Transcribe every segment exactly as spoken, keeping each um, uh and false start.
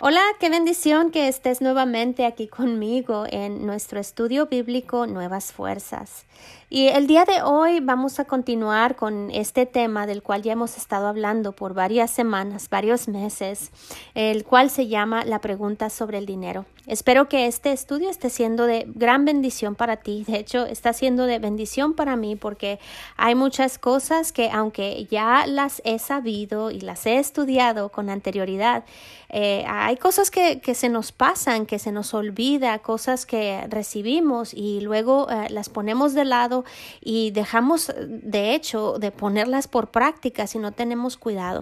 Hola, qué bendición que estés nuevamente aquí conmigo en nuestro estudio bíblico Nuevas Fuerzas. Y el día de hoy vamos a continuar con este tema del cual ya hemos estado hablando por varias semanas, varios meses, el cual se llama la pregunta sobre el dinero. Espero que este estudio esté siendo de gran bendición para ti. De hecho, está siendo de bendición para mí porque hay muchas cosas que aunque ya las he sabido y las he estudiado con anterioridad, eh, hay cosas que, que se nos pasan, que se nos olvida, cosas que recibimos y luego eh, las ponemos de lado y dejamos de hecho de ponerlas por práctica si no tenemos cuidado.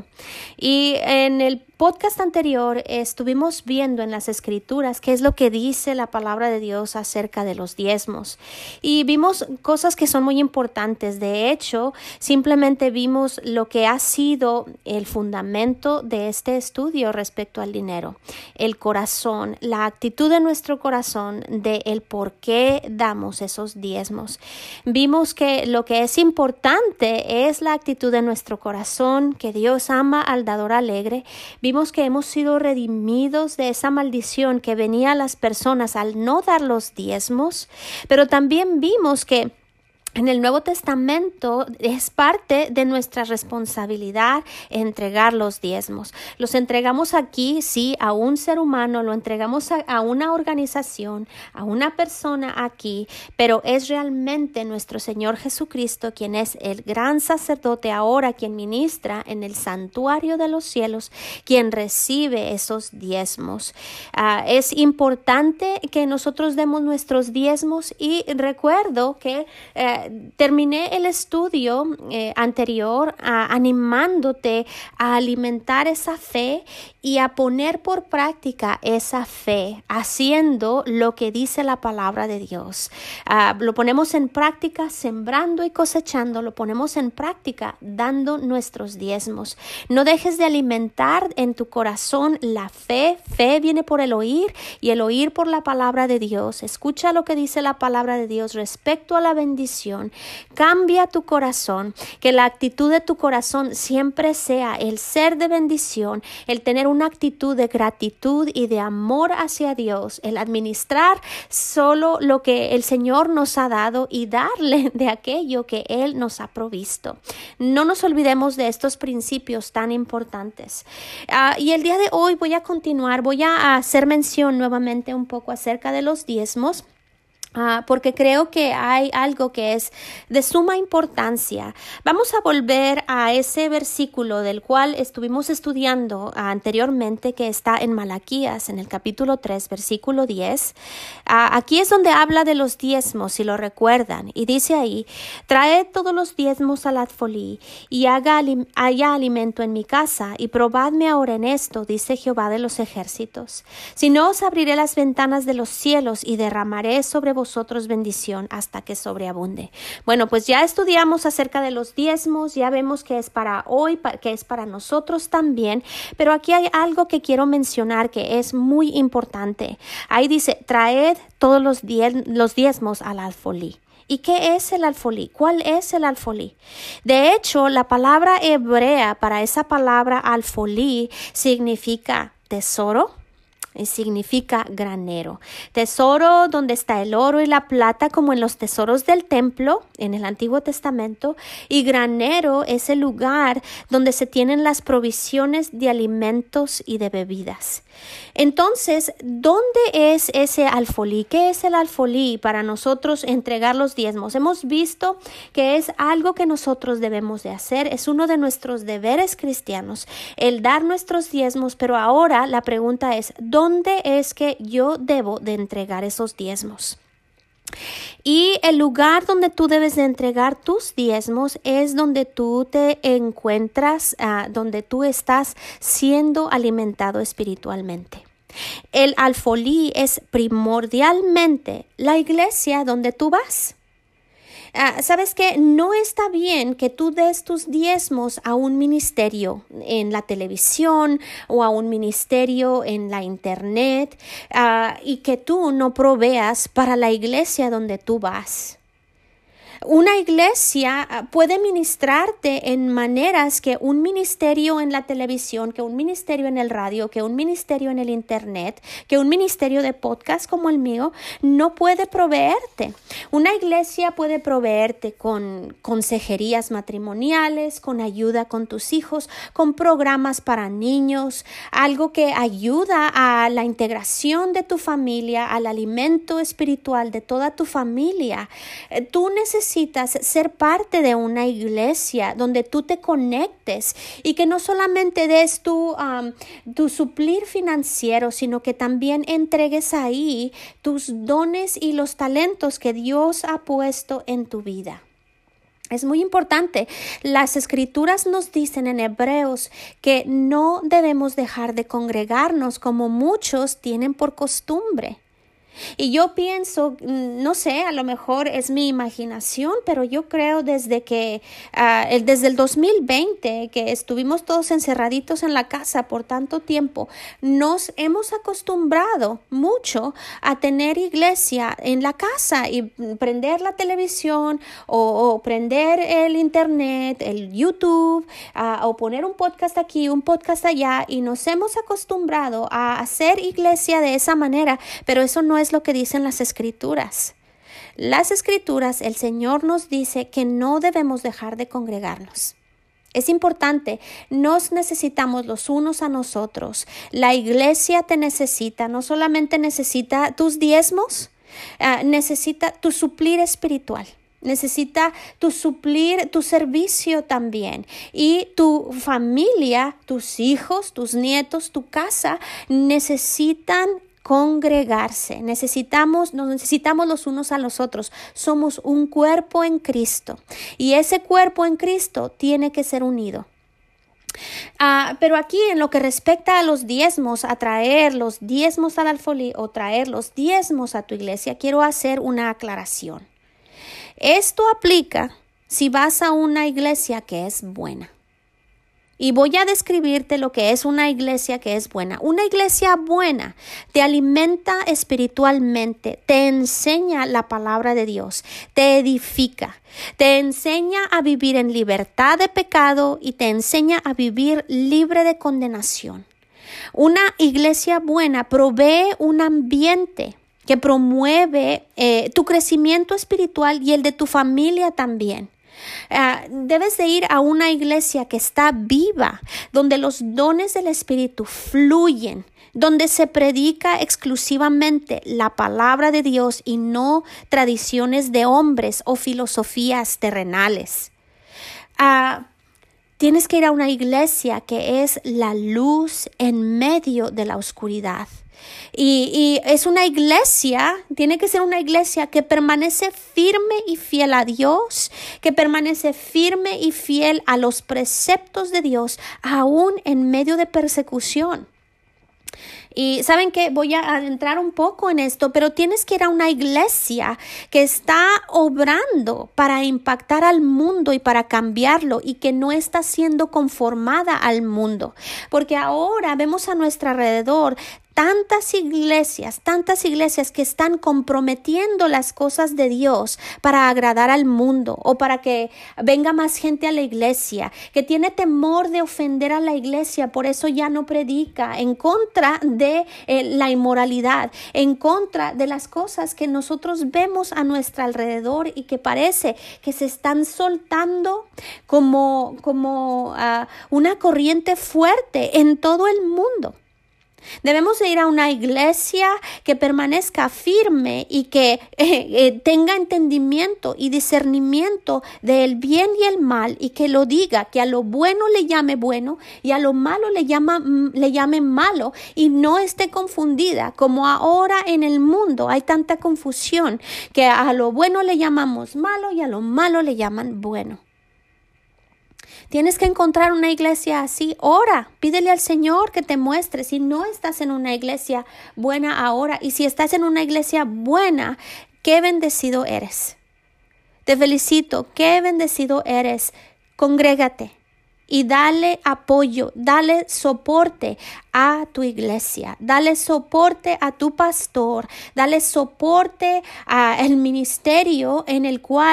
Y en el podcast anterior estuvimos viendo en las escrituras qué es lo que dice la palabra de Dios acerca de los diezmos y vimos cosas que son muy importantes. De hecho, simplemente vimos lo que ha sido el fundamento de este estudio respecto al dinero, el corazón, la actitud de nuestro corazón de el por qué damos esos diezmos. Vimos que lo que es importante es la actitud de nuestro corazón, que Dios ama al dador alegre. Vimos que hemos sido redimidos de esa maldición que venía a las personas al no dar los diezmos, pero también vimos que en el Nuevo Testamento es parte de nuestra responsabilidad entregar los diezmos. Los entregamos aquí, sí, a un ser humano, lo entregamos a, a una organización, a una persona aquí, pero es realmente nuestro Señor Jesucristo quien es el gran sacerdote ahora, quien ministra en el santuario de los cielos, quien recibe esos diezmos. Uh, es importante que nosotros demos nuestros diezmos y recuerdo que uh, terminé el estudio eh, anterior a, animándote a alimentar esa fe y a poner por práctica esa fe, haciendo lo que dice la palabra de Dios. Uh, lo ponemos en práctica sembrando y cosechando, lo ponemos en práctica dando nuestros diezmos. No dejes de alimentar en tu corazón la fe. Fe viene por el oír y el oír por la palabra de Dios. Escucha lo que dice la palabra de Dios respecto a la bendición. Cambia tu corazón, que la actitud de tu corazón siempre sea el ser de bendición, el tener una actitud de gratitud y de amor hacia Dios, el administrar solo lo que el Señor nos ha dado y darle de aquello que Él nos ha provisto. No nos olvidemos de estos principios tan importantes. Uh, y el día de hoy voy a continuar, voy a hacer mención nuevamente un poco acerca de los diezmos. Uh, porque creo que hay algo que es de suma importancia. Vamos a volver a ese versículo del cual estuvimos estudiando uh, anteriormente, que está en Malaquías, en el capítulo tres, versículo diez. Uh, aquí es donde habla de los diezmos, si lo recuerdan, y dice ahí: traed todos los diezmos al alfolí, y haga alim- haya alimento en mi casa, y probadme ahora en esto, dice Jehová de los ejércitos. Si no, os abriré las ventanas de los cielos, y derramaré sobre vosotros bendición hasta que sobreabunde. Bueno, pues ya estudiamos acerca de los diezmos, ya vemos que es para hoy, que es para nosotros también, pero aquí hay algo que quiero mencionar que es muy importante. Ahí dice: traed todos los, die- los diezmos al alfolí. ¿Y qué es el alfolí? ¿Cuál es el alfolí? De hecho, la palabra hebrea para esa palabra alfolí significa tesoro, y significa granero. Tesoro donde está el oro y la plata, como en los tesoros del templo en el Antiguo Testamento, y granero es el lugar donde se tienen las provisiones de alimentos y de bebidas. Entonces, ¿dónde es ese alfolí? ¿Qué es el alfolí para nosotros entregar los diezmos? Hemos visto que es algo que nosotros debemos de hacer, es uno de nuestros deberes cristianos, el dar nuestros diezmos, pero ahora la pregunta es: ¿dónde es que yo debo de entregar esos diezmos? Y el lugar donde tú debes de entregar tus diezmos es donde tú te encuentras, uh, donde tú estás siendo alimentado espiritualmente. El alfolí es primordialmente la iglesia donde tú vas. Uh, ¿Sabes qué? No está bien que tú des tus diezmos a un ministerio en la televisión o a un ministerio en la internet uh, y que tú no proveas para la iglesia donde tú vas. Una iglesia puede ministrarte en maneras que un ministerio en la televisión, que un ministerio en el radio, que un ministerio en el internet, que un ministerio de podcast como el mío no puede proveerte. Una iglesia puede proveerte con consejerías matrimoniales, con ayuda con tus hijos, con programas para niños, algo que ayuda a la integración de tu familia, al alimento espiritual de toda tu familia. Tú necesitas Necesitas ser parte de una iglesia donde tú te conectes y que no solamente des tu, um, tu suplir financiero, sino que también entregues ahí tus dones y los talentos que Dios ha puesto en tu vida. Es muy importante. Las escrituras nos dicen en Hebreos que no debemos dejar de congregarnos como muchos tienen por costumbre. Y yo pienso, no sé, a lo mejor es mi imaginación, pero yo creo desde que, uh, el, desde el dos mil veinte, que estuvimos todos encerraditos en la casa por tanto tiempo, nos hemos acostumbrado mucho a tener iglesia en la casa y prender la televisión o, o prender el internet, el YouTube, uh, o poner un podcast aquí, un podcast allá, y nos hemos acostumbrado a hacer iglesia de esa manera, pero eso no es lo que dicen las escrituras. Las escrituras, el Señor nos dice que no debemos dejar de congregarnos. Es importante, nos necesitamos los unos a nosotros. La iglesia te necesita, no solamente necesita tus diezmos, uh, necesita tu suplir espiritual. Necesita tu suplir, tu servicio también, y tu familia, tus hijos, tus nietos, tu casa necesitan congregarse. Necesitamos, nos necesitamos los unos a los otros. Somos un cuerpo en Cristo y ese cuerpo en Cristo tiene que ser unido. Uh, pero aquí en lo que respecta a los diezmos, a traer los diezmos al alfolí o traer los diezmos a tu iglesia, quiero hacer una aclaración. Esto aplica si vas a una iglesia que es buena. Y voy a describirte lo que es una iglesia que es buena. Una iglesia buena te alimenta espiritualmente, te enseña la palabra de Dios, te edifica, te enseña a vivir en libertad de pecado y te enseña a vivir libre de condenación. Una iglesia buena provee un ambiente que promueve eh, tu crecimiento espiritual y el de tu familia también. Uh, debes de ir a una iglesia que está viva, donde los dones del Espíritu fluyen, donde se predica exclusivamente la palabra de Dios y no tradiciones de hombres o filosofías terrenales. Uh, tienes que ir a una iglesia que es la luz en medio de la oscuridad. Y, y es una iglesia, tiene que ser una iglesia que permanece firme y fiel a Dios, que permanece firme y fiel a los preceptos de Dios, aún en medio de persecución. Y saben que voy a adentrar un poco en esto, pero tienes que ir a una iglesia que está obrando para impactar al mundo y para cambiarlo y que no está siendo conformada al mundo. Porque ahora vemos a nuestro alrededor tantas iglesias, tantas iglesias que están comprometiendo las cosas de Dios para agradar al mundo o para que venga más gente a la iglesia, que tiene temor de ofender a la iglesia, por eso ya no predica, en contra de eh, la inmoralidad, en contra de las cosas que nosotros vemos a nuestro alrededor y que parece que se están soltando como, como uh, una corriente fuerte en todo el mundo. Debemos de ir a una iglesia que permanezca firme y que eh, eh, tenga entendimiento y discernimiento del bien y el mal, y que lo diga, que a lo bueno le llame bueno y a lo malo le, llama, le llame malo, y no esté confundida como ahora en el mundo hay tanta confusión que a lo bueno le llamamos malo y a lo malo le llaman bueno. Tienes que encontrar una iglesia así. Ora, pídele al Señor que te muestre si no estás en una iglesia buena ahora, y si estás en una iglesia buena, qué bendecido eres. Te felicito, qué bendecido eres. Congrégate y dale apoyo, dale soporte a tu iglesia, dale soporte a tu pastor, dale soporte al ministerio en el cual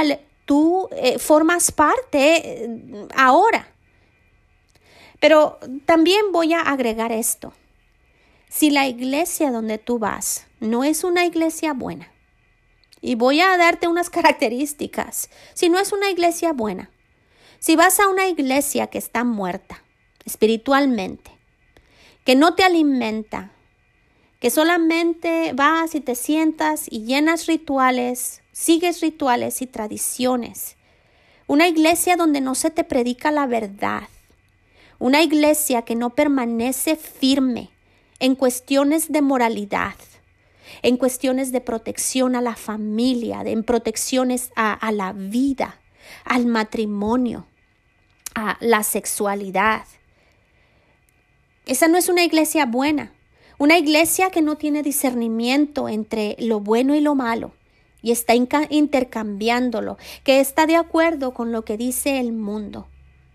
tú eh, formas parte eh, ahora. Pero también voy a agregar esto. Si la iglesia donde tú vas no es una iglesia buena, y voy a darte unas características, si no es una iglesia buena, si vas a una iglesia que está muerta espiritualmente, que no te alimenta, que solamente vas y te sientas y llenas rituales, sigues rituales y tradiciones, una iglesia donde no se te predica la verdad, una iglesia que no permanece firme en cuestiones de moralidad, en cuestiones de protección a la familia, en protecciones a, a la vida, al matrimonio, a la sexualidad. Esa no es una iglesia buena, una iglesia que no tiene discernimiento entre lo bueno y lo malo y está inca- intercambiándolo, que está de acuerdo con lo que dice el mundo.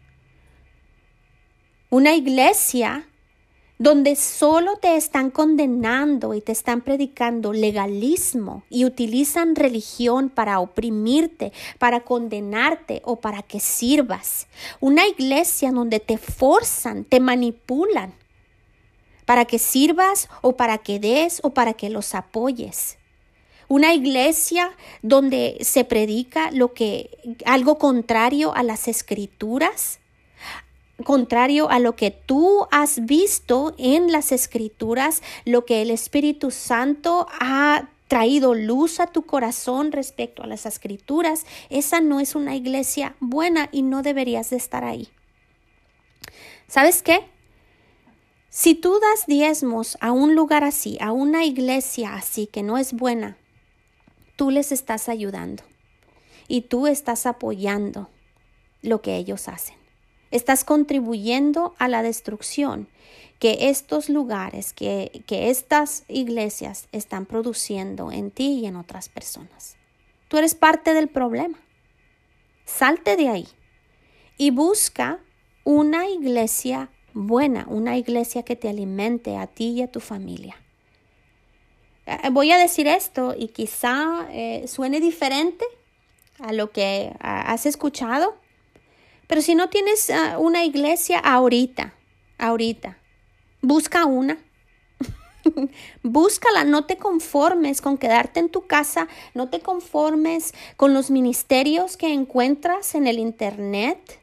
Una iglesia donde solo te están condenando y te están predicando legalismo y utilizan religión para oprimirte, para condenarte o para que sirvas. Una iglesia donde te forzan, te manipulan para que sirvas o para que des o para que los apoyes. Una iglesia donde se predica lo que, algo contrario a las escrituras, contrario a lo que tú has visto en las escrituras, lo que el Espíritu Santo ha traído luz a tu corazón respecto a las escrituras. Esa no es una iglesia buena y no deberías de estar ahí. ¿Sabes qué? Si tú das diezmos a un lugar así, a una iglesia así que no es buena, tú les estás ayudando y tú estás apoyando lo que ellos hacen. Estás contribuyendo a la destrucción que estos lugares, que, que estas iglesias están produciendo en ti y en otras personas. Tú eres parte del problema. Salte de ahí y busca una iglesia buena, una iglesia que te alimente a ti y a tu familia. Voy a decir esto y quizá eh, suene diferente a lo que a, has escuchado. Pero si no tienes uh, una iglesia ahorita, ahorita, busca una. Búscala, no te conformes con quedarte en tu casa, no te conformes con los ministerios que encuentras en el internet.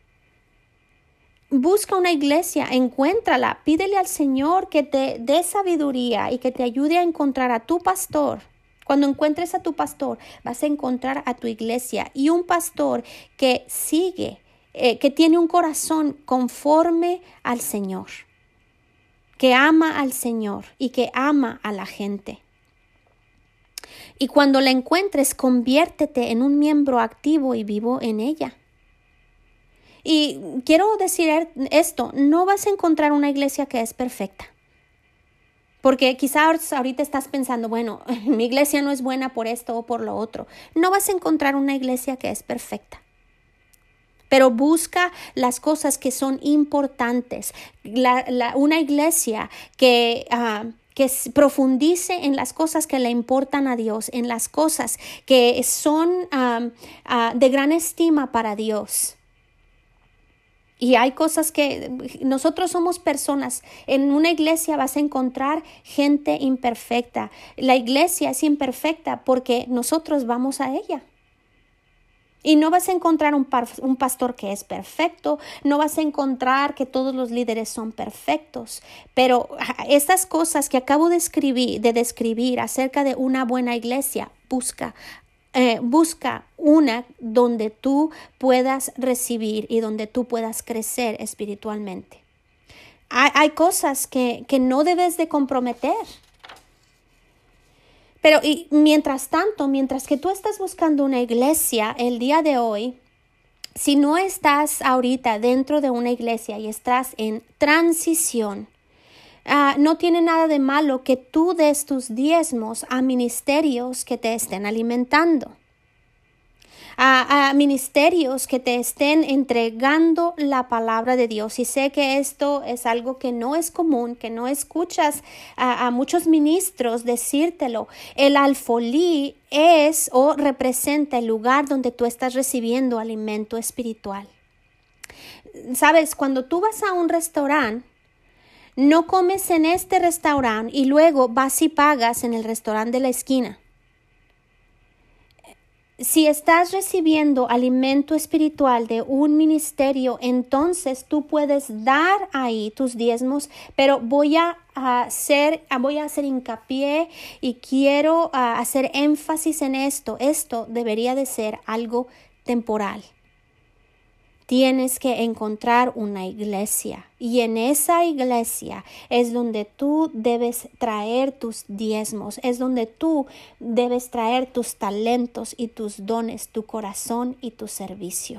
Busca una iglesia, encuéntrala, pídele al Señor que te dé sabiduría y que te ayude a encontrar a tu pastor. Cuando encuentres a tu pastor, vas a encontrar a tu iglesia y un pastor que sigue, eh, que tiene un corazón conforme al Señor, que ama al Señor y que ama a la gente. Y cuando la encuentres, conviértete en un miembro activo y vivo en ella. Y quiero decir esto, no vas a encontrar una iglesia que es perfecta. Porque quizás ahorita estás pensando, bueno, mi iglesia no es buena por esto o por lo otro. No vas a encontrar una iglesia que es perfecta. Pero busca las cosas que son importantes. La, la, una iglesia que, uh, que profundice en las cosas que le importan a Dios, en las cosas que son uh, uh, de gran estima para Dios. Y hay cosas que nosotros somos personas. En una iglesia vas a encontrar gente imperfecta. La iglesia es imperfecta porque nosotros vamos a ella. Y no vas a encontrar un, par, un pastor que es perfecto, no vas a encontrar que todos los líderes son perfectos, pero estas cosas que acabo de escribir, de describir acerca de una buena iglesia, busca, eh, busca una donde tú puedas recibir y donde tú puedas crecer espiritualmente. Hay, hay cosas que, que no debes de comprometer. Pero y mientras tanto, mientras que tú estás buscando una iglesia el día de hoy, si no estás ahorita dentro de una iglesia y estás en transición, uh, no tiene nada de malo que tú des tus diezmos a ministerios que te estén alimentando. A, a ministerios que te estén entregando la palabra de Dios. Y sé que esto es algo que no es común, que no escuchas a, a muchos ministros decírtelo. El alfolí es o representa el lugar donde tú estás recibiendo alimento espiritual. Sabes, cuando tú vas a un restaurante, no comes en este restaurante y luego vas y pagas en el restaurante de la esquina. Si estás recibiendo alimento espiritual de un ministerio, entonces tú puedes dar ahí tus diezmos, pero voy a hacer, voy a hacer hincapié y quiero uh, hacer énfasis en esto. Esto debería de ser algo temporal. Tienes que encontrar una iglesia y en esa iglesia es donde tú debes traer tus diezmos, es donde tú debes traer tus talentos y tus dones, tu corazón y tu servicio.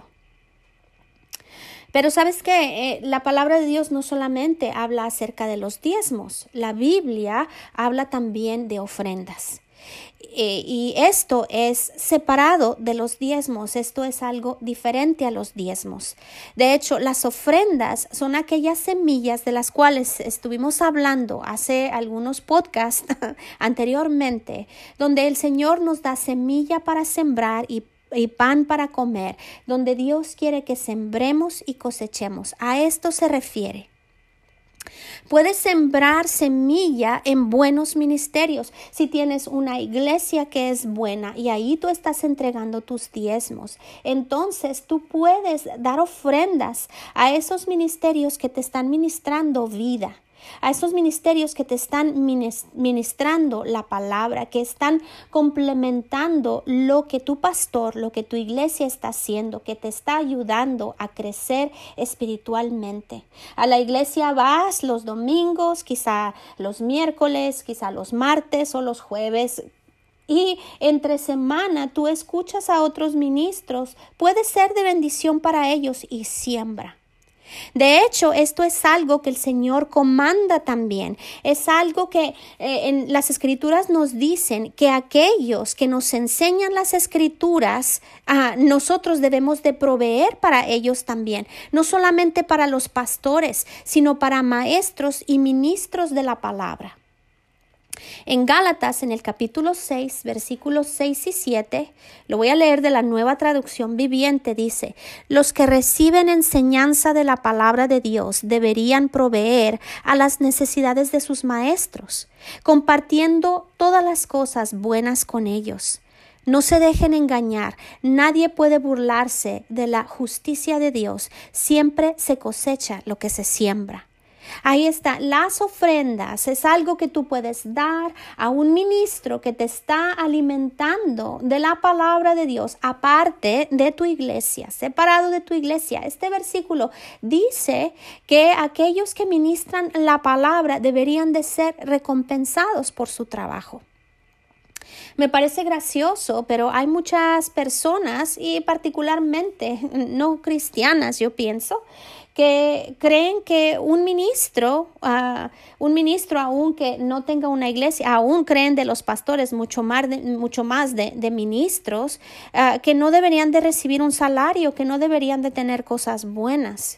Pero ¿sabes qué? Eh, la palabra de Dios no solamente habla acerca de los diezmos, la Biblia habla también de ofrendas. Eh, y esto es separado de los diezmos, esto es algo diferente a los diezmos. De hecho, las ofrendas son aquellas semillas de las cuales estuvimos hablando hace algunos podcasts anteriormente, donde el Señor nos da semilla para sembrar y y pan para comer, donde Dios quiere que sembremos y cosechemos. A esto se refiere. Puedes sembrar semilla en buenos ministerios. Si tienes una iglesia que es buena y ahí tú estás entregando tus diezmos, entonces tú puedes dar ofrendas a esos ministerios que te están ministrando vida. A esos ministerios que te están ministrando la palabra, que están complementando lo que tu pastor, lo que tu iglesia está haciendo, que te está ayudando a crecer espiritualmente. A la iglesia vas los domingos, quizá los miércoles, quizá los martes o los jueves. Y entre semana tú escuchas a otros ministros, puede ser de bendición para ellos y siembra. De hecho, esto es algo que el Señor comanda también. Es algo que eh, en las Escrituras nos dicen que aquellos que nos enseñan las Escrituras, ah, nosotros debemos de proveer para ellos también. No solamente para los pastores, sino para maestros y ministros de la palabra. En Gálatas, en el capítulo seis, versículos seis y siete, lo voy a leer de la Nueva Traducción Viviente, dice: los que reciben enseñanza de la palabra de Dios deberían proveer a las necesidades de sus maestros, compartiendo todas las cosas buenas con ellos. No se dejen engañar, nadie puede burlarse de la justicia de Dios, siempre se cosecha lo que se siembra. Ahí está, las ofrendas es algo que tú puedes dar a un ministro que te está alimentando de la palabra de Dios, aparte de tu iglesia, separado de tu iglesia. Este versículo dice que aquellos que ministran la palabra deberían de ser recompensados por su trabajo. Me parece gracioso, pero hay muchas personas, y particularmente no cristianas, yo pienso, que creen que un ministro, uh, un ministro aunque no tenga una iglesia, aún creen de los pastores mucho más de, mucho más de, de ministros, uh, que no deberían de recibir un salario, que no deberían de tener cosas buenas.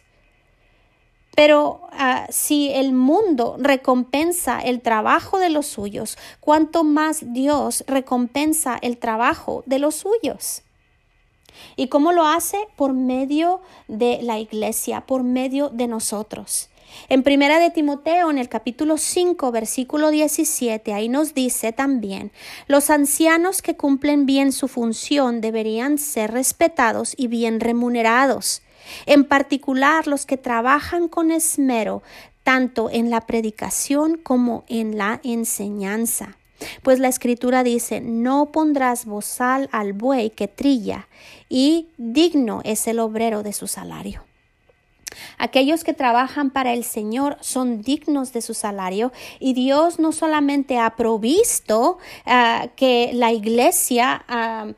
Pero uh, si el mundo recompensa el trabajo de los suyos, ¿cuánto más Dios recompensa el trabajo de los suyos? ¿Y cómo lo hace? Por medio de la iglesia, por medio de nosotros. En Primera de Timoteo, en el capítulo cinco, versículo diecisiete, ahí nos dice también: los ancianos que cumplen bien su función deberían ser respetados y bien remunerados. En particular, los que trabajan con esmero, tanto en la predicación como en la enseñanza. Pues la Escritura dice: no pondrás bozal al buey que trilla, y digno es el obrero de su salario. Aquellos que trabajan para el Señor son dignos de su salario, y Dios no solamente ha provisto uh, que la iglesia uh,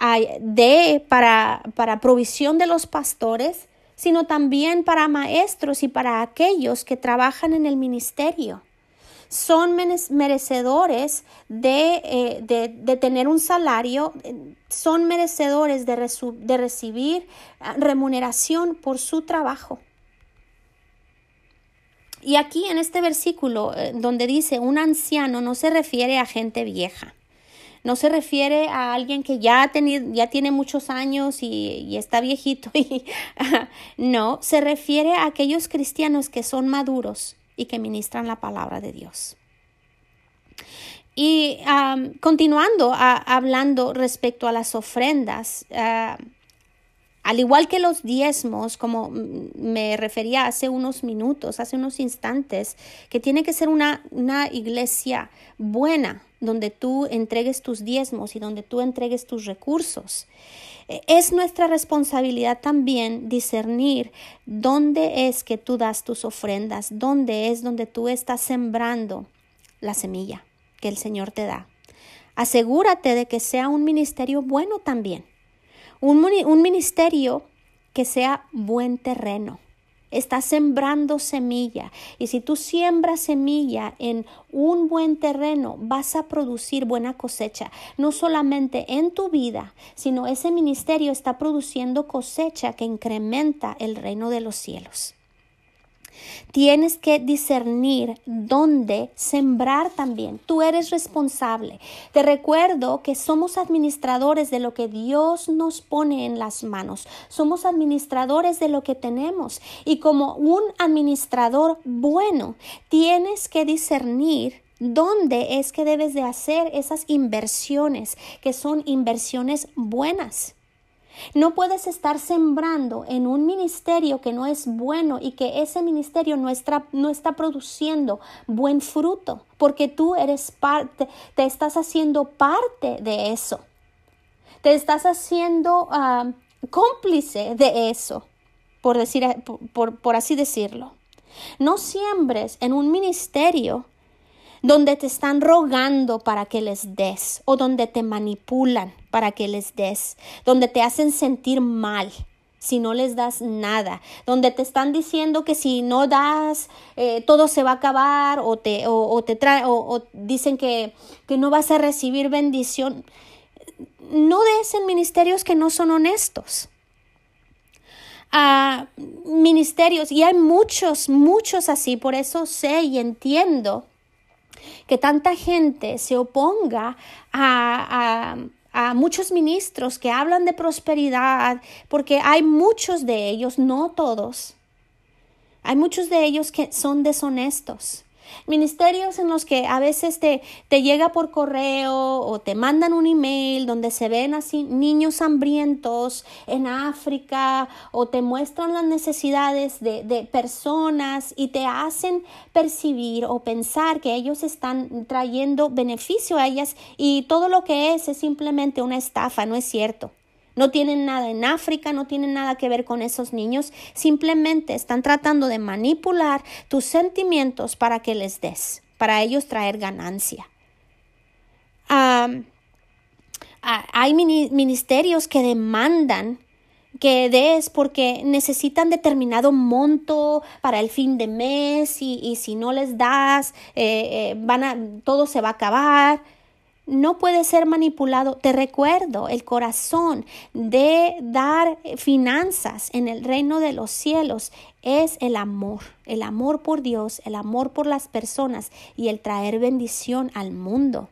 dé para, para provisión de los pastores, sino también para maestros y para aquellos que trabajan en el ministerio. son merecedores de, eh, de, de tener un salario, son merecedores de, resu- de recibir remuneración por su trabajo. Y aquí en este versículo eh, donde dice un anciano, no se refiere a gente vieja. No se refiere a alguien que ya, ha tenido, ya tiene muchos años y, y está viejito. Y, no, se refiere a aquellos cristianos que son maduros y que ministran la palabra de Dios. Y um, continuando a, hablando respecto a las ofrendas, uh, al igual que los diezmos, como me refería hace unos minutos, hace unos instantes, que tiene que ser una, una iglesia buena, donde tú entregues tus diezmos y donde tú entregues tus recursos. Es nuestra responsabilidad también discernir dónde es que tú das tus ofrendas, dónde es donde tú estás sembrando la semilla que el Señor te da. Asegúrate de que sea un ministerio bueno también. Un, un ministerio que sea buen terreno. Estás sembrando semilla. Y si tú siembras semilla en un buen terreno, vas a producir buena cosecha. No solamente en tu vida, sino ese ministerio está produciendo cosecha que incrementa el reino de los cielos. Tienes que discernir dónde sembrar también. Tú eres responsable. Te recuerdo que somos administradores de lo que Dios nos pone en las manos. Somos administradores de lo que tenemos. Y como un administrador bueno, tienes que discernir dónde es que debes de hacer esas inversiones, que son inversiones buenas. No puedes estar sembrando en un ministerio que no es bueno y que ese ministerio no está, no está produciendo buen fruto, porque tú eres parte, te estás haciendo parte de eso. Te estás haciendo uh, cómplice de eso, por, decir, por, por, por así decirlo. No siembres en un ministerio donde te están rogando para que les des o donde te manipulan para que les des, donde te hacen sentir mal si no les das nada, donde te están diciendo que si no das eh, todo se va a acabar o te, o, o te trae, o, o dicen que, que no vas a recibir bendición. No des en ministerios que no son honestos. Uh, ministerios, y hay muchos, muchos así, por eso sé y entiendo que tanta gente se oponga a, a, a muchos ministros que hablan de prosperidad, porque hay muchos de ellos, no todos, hay muchos de ellos que son deshonestos. Ministerios en los que a veces te, te llega por correo o te mandan un email donde se ven así niños hambrientos en África o te muestran las necesidades de, de personas y te hacen percibir o pensar que ellos están trayendo beneficio a ellas y todo lo que es es simplemente una estafa, no es cierto. No tienen nada en África, no tienen nada que ver con esos niños, simplemente están tratando de manipular tus sentimientos para que les des, para ellos traer ganancia. Um, hay ministerios que demandan que des porque necesitan determinado monto para el fin de mes y, y si no les das, eh, eh, van a, todo se va a acabar. No puede ser manipulado. Te recuerdo, el corazón de dar finanzas en el reino de los cielos es el amor, el amor por Dios, el amor por las personas y el traer bendición al mundo.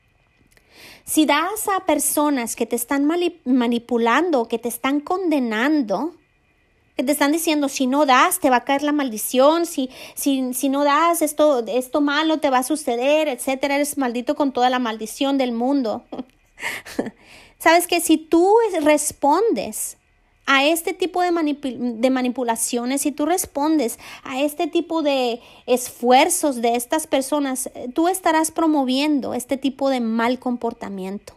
Si das a personas que te están manipulando, que te están condenando, que te están diciendo, si no das, te va a caer la maldición, si, si, si no das, esto, esto malo te va a suceder, etcétera, eres maldito con toda la maldición del mundo. Sabes que si tú respondes a este tipo de, manipul- de manipulaciones, si tú respondes a este tipo de esfuerzos de estas personas, tú estarás promoviendo este tipo de mal comportamiento.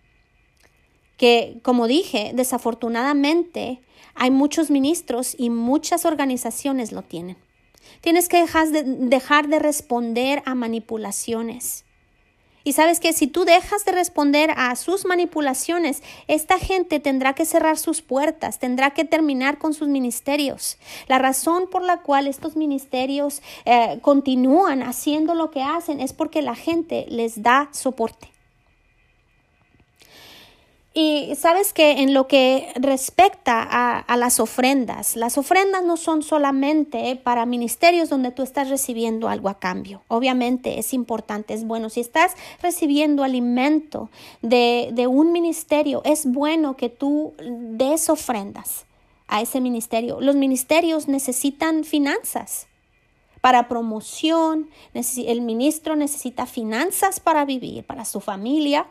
Que, como dije, desafortunadamente, hay muchos ministros y muchas organizaciones lo tienen. Tienes que dejar de, dejar de responder a manipulaciones Y sabes que si tú dejas de responder a sus manipulaciones, esta gente tendrá que cerrar sus puertas, tendrá que terminar con sus ministerios. La razón por la cual estos ministerios eh, continúan haciendo lo que hacen es porque la gente les da soporte. Y sabes que en lo que respecta a, a las ofrendas, las ofrendas no son solamente para ministerios donde tú estás recibiendo algo a cambio. Obviamente es importante, es bueno. Si estás recibiendo alimento de, de un ministerio, es bueno que tú des ofrendas a ese ministerio. Los ministerios necesitan finanzas para promoción. El ministro necesita finanzas para vivir, para su familia,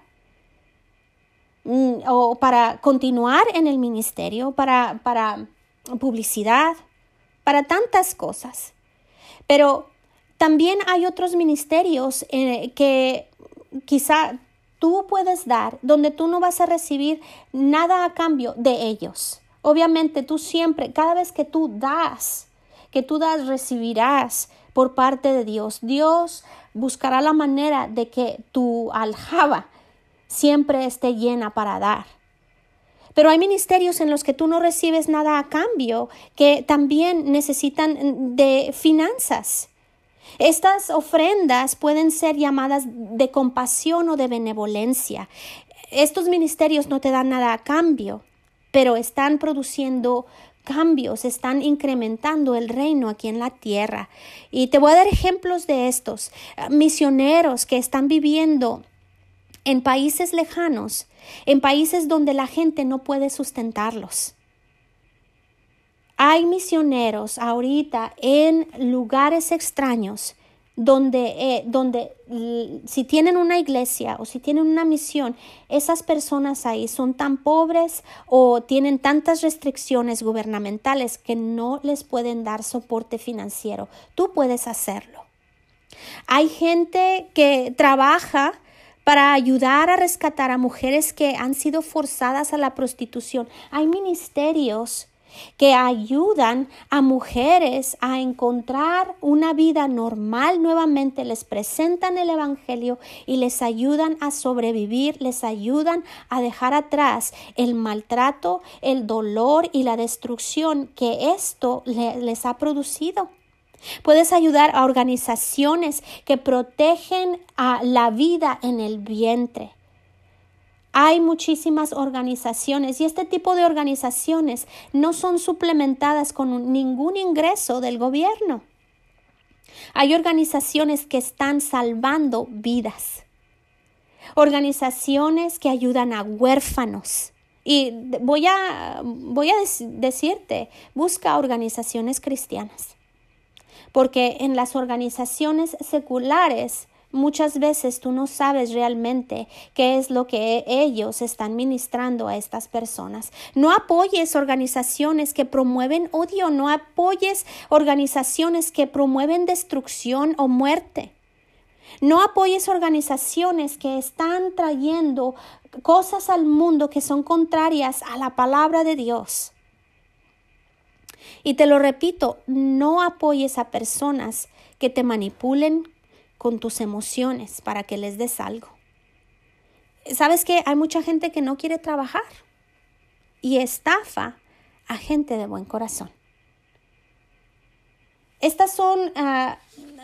o para continuar en el ministerio, para, para publicidad, para tantas cosas. Pero también hay otros ministerios eh, que quizá tú puedes dar, donde tú no vas a recibir nada a cambio de ellos. Obviamente tú siempre, cada vez que tú das, que tú das, recibirás por parte de Dios. Dios buscará la manera de que tu aljaba siempre esté llena para dar. Pero hay ministerios en los que tú no recibes nada a cambio, que también necesitan de finanzas. Estas ofrendas pueden ser llamadas de compasión o de benevolencia. Estos ministerios no te dan nada a cambio, pero están produciendo cambios, están incrementando el reino aquí en la tierra. Y te voy a dar ejemplos de estos. Misioneros que están viviendo en países lejanos, en países donde la gente no puede sustentarlos. Hay misioneros ahorita en lugares extraños donde, eh, donde si tienen una iglesia o si tienen una misión, esas personas ahí son tan pobres o tienen tantas restricciones gubernamentales que no les pueden dar soporte financiero. Tú puedes hacerlo. Hay gente que trabaja para ayudar a rescatar a mujeres que han sido forzadas a la prostitución. Hay ministerios que ayudan a mujeres a encontrar una vida normal nuevamente, les presentan el evangelio y les ayudan a sobrevivir, les ayudan a dejar atrás el maltrato, el dolor y la destrucción que esto le, les ha producido. Puedes ayudar a organizaciones que protegen a la vida en el vientre. Hay muchísimas organizaciones y este tipo de organizaciones no son suplementadas con ningún ingreso del gobierno. Hay organizaciones que están salvando vidas. Organizaciones que ayudan a huérfanos. Y voy a, voy a decirte, busca organizaciones cristianas. Porque en las organizaciones seculares muchas veces tú no sabes realmente qué es lo que ellos están ministrando a estas personas. No apoyes organizaciones que promueven odio, no apoyes organizaciones que promueven destrucción o muerte. No apoyes organizaciones que están trayendo cosas al mundo que son contrarias a la palabra de Dios. Y te lo repito, no apoyes a personas que te manipulen con tus emociones para que les des algo. ¿Sabes qué? Hay mucha gente que no quiere trabajar y estafa a gente de buen corazón. Estas son uh,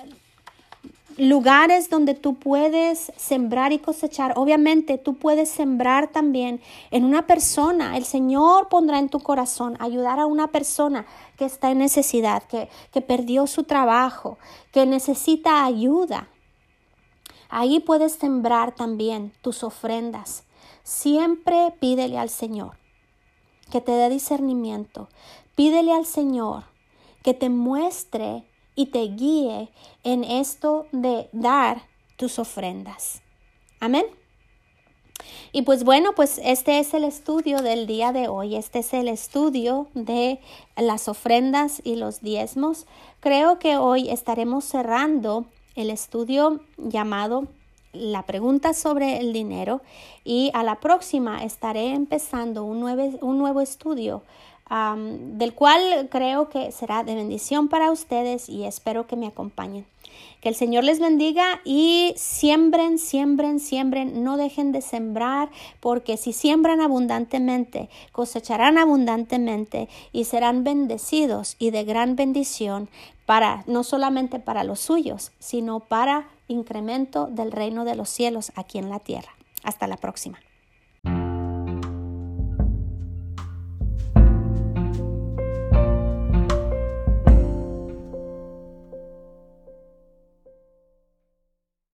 lugares donde tú puedes sembrar y cosechar. Obviamente tú puedes sembrar también en una persona. El Señor pondrá en tu corazón ayudar a una persona que está en necesidad, que, que perdió su trabajo, que necesita ayuda. Ahí puedes sembrar también tus ofrendas. Siempre pídele al Señor que te dé discernimiento. Pídele al Señor que te muestre y te guíe en esto de dar tus ofrendas. Amén. Y pues bueno, pues este es el estudio del día de hoy. Este es el estudio de las ofrendas y los diezmos. Creo que hoy estaremos cerrando el estudio llamado La pregunta sobre el dinero y a la próxima estaré empezando un nuevo, un nuevo estudio Um, del cual creo que será de bendición para ustedes y espero que me acompañen. Que Que el Señor les bendiga y siembren, siembren, siembren. No dejen de sembrar, porque si siembran abundantemente, cosecharán abundantemente y serán bendecidos y de gran bendición para, no solamente para los suyos, sino para incremento del reino de los cielos aquí en la tierra. Hasta la próxima.